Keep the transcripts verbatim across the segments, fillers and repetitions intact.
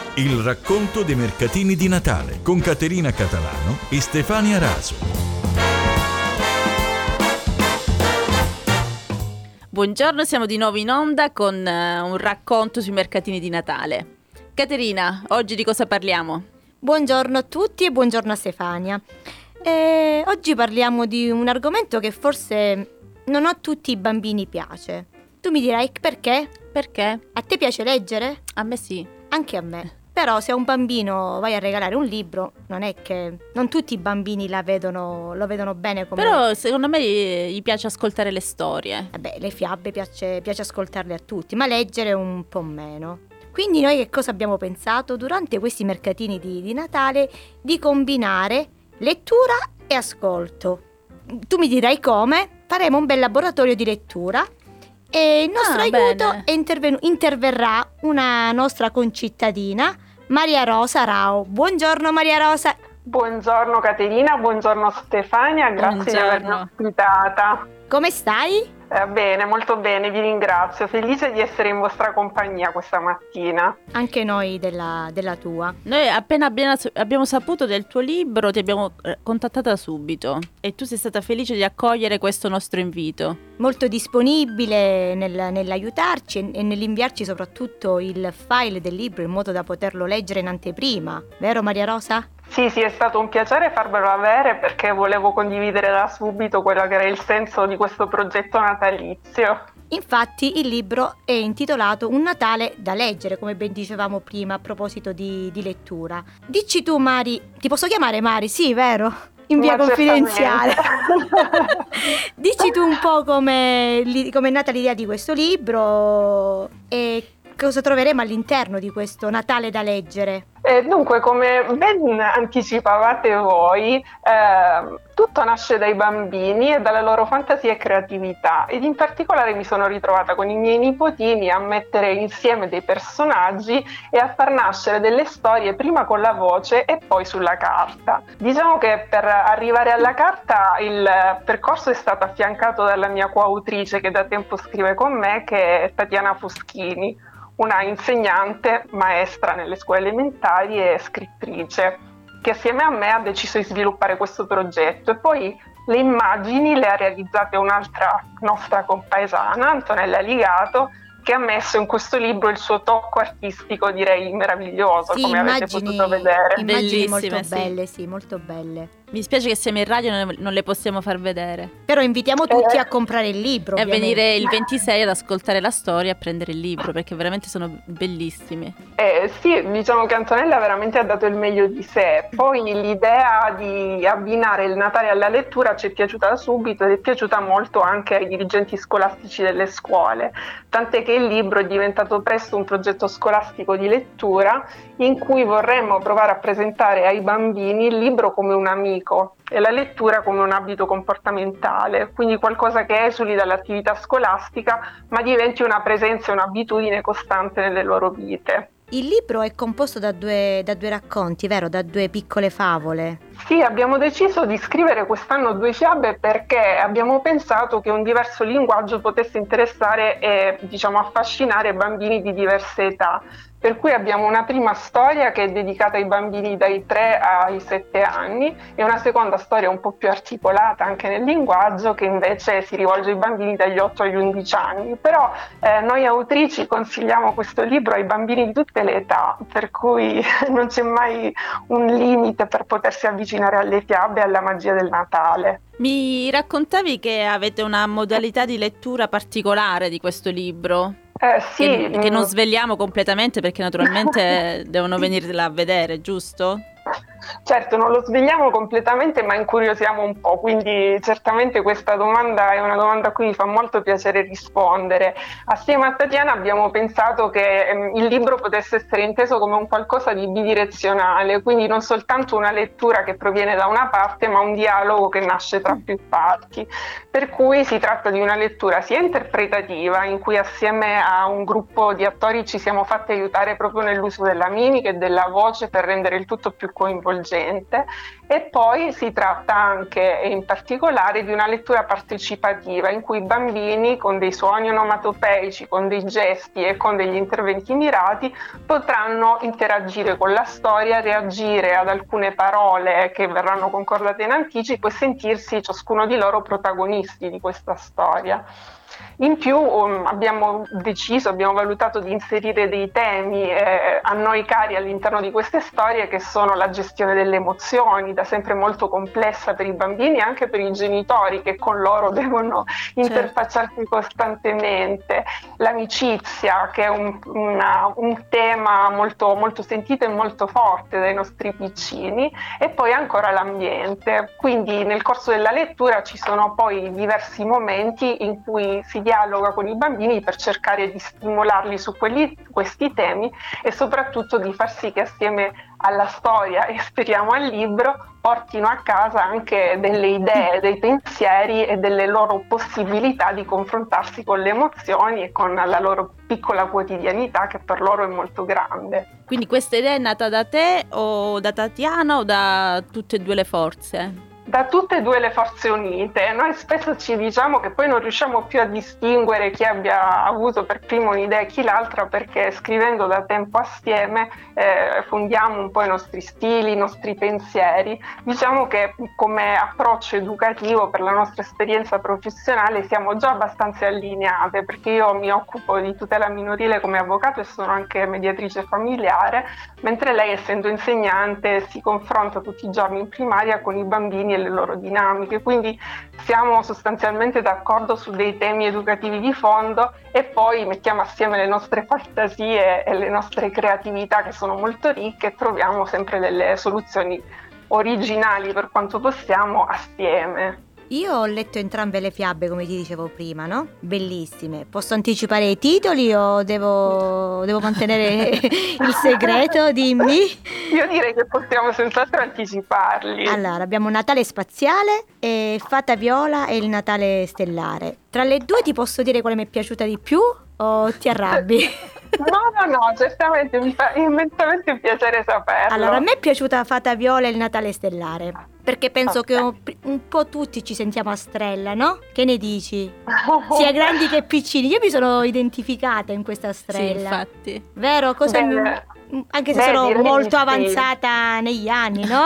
Il racconto dei mercatini di Natale con Caterina Catalano e Stefania Raso. Buongiorno, siamo di nuovo in onda con uh, un racconto sui mercatini di Natale. Caterina, oggi di cosa parliamo? Buongiorno a tutti e buongiorno a Stefania. E oggi parliamo di un argomento che forse non a tutti i bambini piace. Tu mi dirai perché? Perché? A te piace leggere? A me sì. Anche a me. Però se a un bambino vai a regalare un libro, non è che non tutti i bambini la vedono, lo vedono bene come... Però secondo me gli piace ascoltare le storie. Vabbè, le fiabe piace, piace ascoltarle a tutti, ma leggere un po' meno. Quindi noi che cosa abbiamo pensato durante questi mercatini di, di Natale? Di combinare lettura e ascolto. Tu mi dirai come? Faremo un bel laboratorio di lettura. E il nostro ah, aiuto è interven- interverrà una nostra concittadina, Maria Rosa Rao. Buongiorno Maria Rosa. Buongiorno Caterina, buongiorno Stefania, grazie buongiorno. di avermi ospitata. Come stai? Eh, bene, molto bene, vi ringrazio, felice di essere in vostra compagnia questa mattina. Anche noi della, della tua. Noi appena abbiamo, abbiamo saputo del tuo libro ti abbiamo contattata subito e tu sei stata felice di accogliere questo nostro invito. Molto disponibile nel, nell'aiutarci e nell'inviarci soprattutto il file del libro in modo da poterlo leggere in anteprima, vero Maria Rosa? Sì, sì, è stato un piacere farvelo avere perché volevo condividere da subito quello che era il senso di questo progetto natalizio. Infatti il libro è intitolato Un Natale da leggere, come ben dicevamo prima a proposito di, di lettura. Dici tu Mari, ti posso chiamare Mari? Sì, vero? In via Ma confidenziale. Dici tu un po' come è nata l'idea di questo libro e cosa troveremo all'interno di questo Natale da leggere? Eh, dunque, come ben anticipavate voi, eh, tutto nasce dai bambini e dalla loro fantasia e creatività, ed in particolare mi sono ritrovata con i miei nipotini a mettere insieme dei personaggi e a far nascere delle storie prima con la voce e poi sulla carta. Diciamo che per arrivare alla carta il percorso è stato affiancato dalla mia coautrice che da tempo scrive con me, che è Tatiana Foschini, una insegnante, maestra nelle scuole elementari e scrittrice, che assieme a me ha deciso di sviluppare questo progetto, e poi le immagini le ha realizzate un'altra nostra compaesana, Antonella Ligato, che ha messo in questo libro il suo tocco artistico, direi meraviglioso, sì, come immagini, avete potuto vedere. Immagini molto Bellissime, belle, sì. sì, molto belle. Mi spiace che siamo in radio e non le possiamo far vedere. Però invitiamo tutti Eh. a comprare il libro, E a ovviamente. venire il ventisei ad ascoltare la storia e a prendere il libro, perché veramente sono bellissimi. Eh, sì, diciamo che Antonella veramente ha dato il meglio di sé. Poi l'idea di abbinare il Natale alla lettura ci è piaciuta da subito ed è piaciuta molto anche ai dirigenti scolastici delle scuole, tant'è che il libro è diventato presto un progetto scolastico di lettura in cui vorremmo provare a presentare ai bambini il libro come un amico e la lettura come un abito comportamentale, quindi qualcosa che esuli dall'attività scolastica ma diventi una presenza e un'abitudine costante nelle loro vite. Il libro è composto da due, da due racconti, vero? Da due piccole favole. Sì, abbiamo deciso di scrivere quest'anno due fiabe perché abbiamo pensato che un diverso linguaggio potesse interessare e, diciamo, affascinare bambini di diverse età. Per cui abbiamo una prima storia che è dedicata ai bambini dai tre ai sette anni e una seconda storia un po' più articolata anche nel linguaggio che invece si rivolge ai bambini dagli otto agli undici anni. Però eh, noi autrici consigliamo questo libro ai bambini di tutte le età, per cui non c'è mai un limite per potersi avvicinare alle fiabe e alla magia del Natale. Mi raccontavi che avete una modalità di lettura particolare di questo libro? Eh, sì, che, che non svegliamo completamente perché naturalmente devono venirla a vedere, giusto? Certo, non lo svegliamo completamente, ma incuriosiamo un po', quindi certamente questa domanda è una domanda a cui mi fa molto piacere rispondere. Assieme a Tatiana abbiamo pensato che ehm, il libro potesse essere inteso come un qualcosa di bidirezionale, quindi non soltanto una lettura che proviene da una parte, ma un dialogo che nasce tra più parti. Per cui si tratta di una lettura sia interpretativa, in cui assieme a un gruppo di attori ci siamo fatti aiutare proprio nell'uso della mimica e della voce per rendere il tutto più coinvolgente, coinvolgente. E poi si tratta anche in particolare di una lettura partecipativa in cui i bambini, con dei suoni onomatopeici, con dei gesti e con degli interventi mirati, potranno interagire con la storia, reagire ad alcune parole che verranno concordate in anticipo e sentirsi ciascuno di loro protagonisti di questa storia. In più um, abbiamo deciso, abbiamo valutato di inserire dei temi eh, a noi cari all'interno di queste storie, che sono la gestione delle emozioni, da sempre molto complessa per i bambini e anche per i genitori che con loro devono interfacciarsi certo. costantemente, l'amicizia, che è un, una, un tema molto, molto sentito e molto forte dai nostri piccini, e poi ancora l'ambiente. Quindi nel corso della lettura ci sono poi diversi momenti in cui si dialoga con i bambini per cercare di stimolarli su quelli, questi temi e soprattutto di far sì che assieme alla storia e speriamo al libro portino a casa anche delle idee, dei pensieri e delle loro possibilità di confrontarsi con le emozioni e con la loro piccola quotidianità, che per loro è molto grande. Quindi questa idea è nata da te o da Tatiana o da tutte e due le forze? Da tutte e due le forze unite. Noi spesso ci diciamo che poi non riusciamo più a distinguere chi abbia avuto per primo un'idea e chi l'altra, perché scrivendo da tempo assieme eh, fondiamo un po' i nostri stili, i nostri pensieri. Diciamo che come approccio educativo per la nostra esperienza professionale siamo già abbastanza allineate, perché io mi occupo di tutela minorile come avvocato e sono anche mediatrice familiare, mentre lei, essendo insegnante, si confronta tutti i giorni in primaria con i bambini e le loro dinamiche, quindi siamo sostanzialmente d'accordo su dei temi educativi di fondo e poi mettiamo assieme le nostre fantasie e le nostre creatività, che sono molto ricche, e troviamo sempre delle soluzioni originali per quanto possiamo assieme. Io ho letto entrambe le fiabe, come ti dicevo prima, no? Bellissime. Posso anticipare i titoli o devo, devo mantenere il segreto? Dimmi. Io direi che possiamo senz'altro anticiparli. Allora, abbiamo Natale spaziale, e Fata Viola e il Natale stellare. Tra le due ti posso dire quale mi è piaciuta di più o ti arrabbi? No, no, no, certamente mi fa immensamente piacere saperlo. Allora, a me è piaciuta Fata Viola e il Natale stellare, perché penso okay. che un, un po' tutti ci sentiamo a Strella, no? Che ne dici? Sia grandi che piccini. Io mi sono identificata in questa Strella. Sì, infatti. Vero? Cosa mi... Anche se Beh, sono molto avanzata sì. negli anni, no?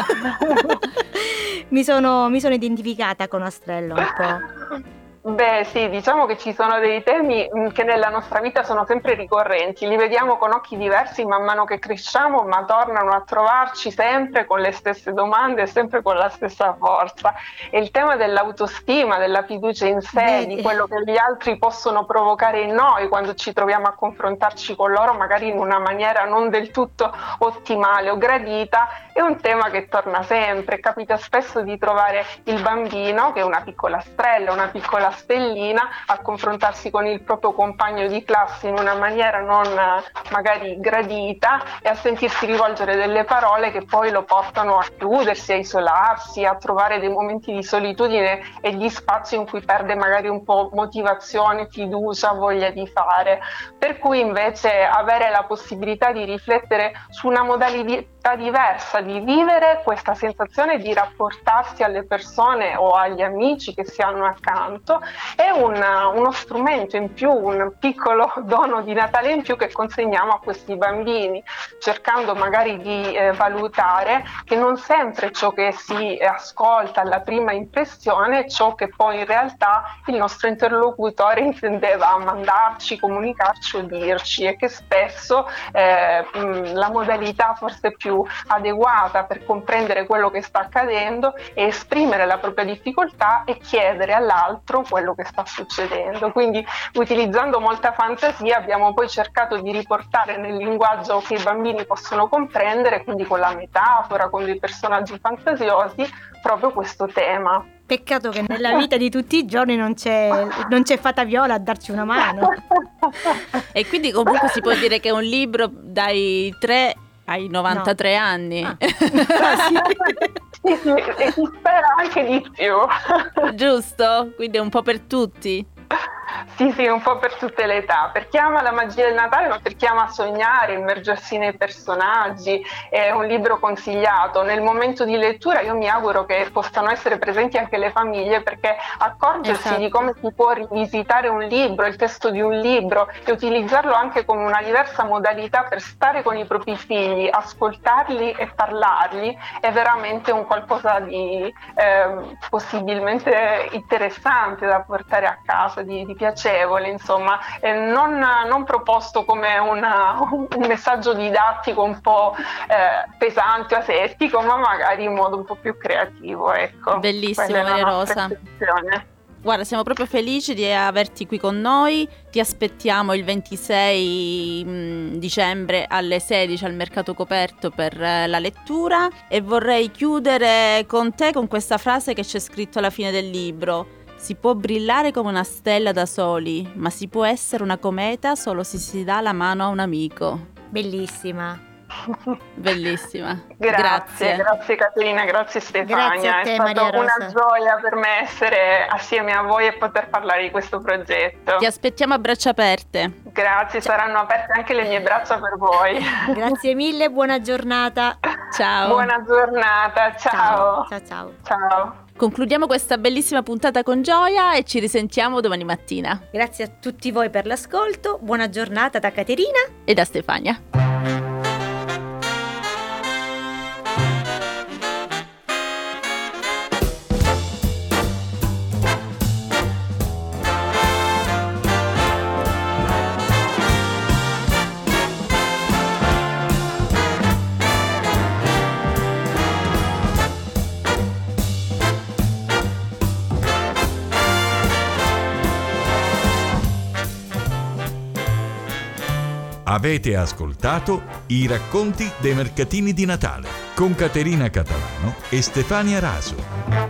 mi, sono, mi sono identificata con Astrello un po'. Beh sì, diciamo che ci sono dei temi che nella nostra vita sono sempre ricorrenti, li vediamo con occhi diversi man mano che cresciamo, ma tornano a trovarci sempre con le stesse domande e sempre con la stessa forza. E il tema dell'autostima, della fiducia in sé, Beh. di quello che gli altri possono provocare in noi quando ci troviamo a confrontarci con loro, magari in una maniera non del tutto ottimale o gradita, è un tema che torna sempre. Capita spesso di trovare il bambino, che è una piccola strella, una piccola stellina, a confrontarsi con il proprio compagno di classe in una maniera non magari gradita e a sentirsi rivolgere delle parole che poi lo portano a chiudersi, a isolarsi, a trovare dei momenti di solitudine e di spazio in cui perde magari un po' motivazione, fiducia, voglia di fare. Per cui invece avere la possibilità di riflettere su una modalità diversa di vivere questa sensazione, di rapportarsi alle persone o agli amici che si hanno accanto, è un, uno strumento in più, un piccolo dono di Natale in più che consegniamo a questi bambini, cercando magari di eh, valutare che non sempre ciò che si ascolta alla prima impressione è ciò che poi in realtà il nostro interlocutore intendeva mandarci, comunicarci o dirci, e che spesso eh, mh, la modalità forse più adeguata per comprendere quello che sta accadendo è esprimere la propria difficoltà e chiedere all'altro quello che sta succedendo. Quindi, utilizzando molta fantasia, abbiamo poi cercato di riportare nel linguaggio che i bambini possono comprendere, quindi con la metafora, con dei personaggi fantasiosi, proprio questo tema. Peccato che nella vita di tutti i giorni non c'è, non c'è Fata Viola a darci una mano. E quindi comunque si può dire che è un libro dai tre ai novantatré no. anni. Ah. Sì, sì, e si spera anche di più. Giusto? Quindi è un po' per tutti. Sì, sì, un po' per tutte le età, per chi ama la magia del Natale, ma per chi ama sognare, immergersi nei personaggi, è un libro consigliato. Nel momento di lettura io mi auguro che possano essere presenti anche le famiglie, perché accorgersi Esatto. di come si può rivisitare un libro, il testo di un libro, e utilizzarlo anche come una diversa modalità per stare con i propri figli, ascoltarli e parlarli, è veramente un qualcosa di eh, possibilmente interessante da portare a casa, di, di piacevole, insomma, eh, non, non proposto come una, un messaggio didattico un po' eh, pesante o asettico, ma magari in modo un po' più creativo, ecco. Bellissimo, Maria Rosa. Guarda, siamo proprio felici di averti qui con noi, ti aspettiamo il ventisei mh, dicembre alle sedici al Mercato Coperto per eh, la lettura, e vorrei chiudere con te con questa frase che c'è scritto alla fine del libro: si può brillare come una stella da soli, ma si può essere una cometa solo se si dà la mano a un amico. Bellissima. Bellissima. Grazie, Grazie, grazie Caterina, grazie Stefania. Grazie a te, è stata Maria una Rosa. gioia per me essere assieme a voi e poter parlare di questo progetto. ti aspettiamo a braccia aperte. Grazie, saranno aperte anche le mie braccia per voi. Grazie mille, buona giornata. Ciao. Buona giornata, ciao. Ciao ciao. Ciao. Concludiamo questa bellissima puntata con gioia e ci risentiamo domani mattina. Grazie a tutti voi per l'ascolto. Buona giornata da Caterina E da Stefania. Avete ascoltato i racconti dei mercatini di Natale con Caterina Catalano e Stefania Raso.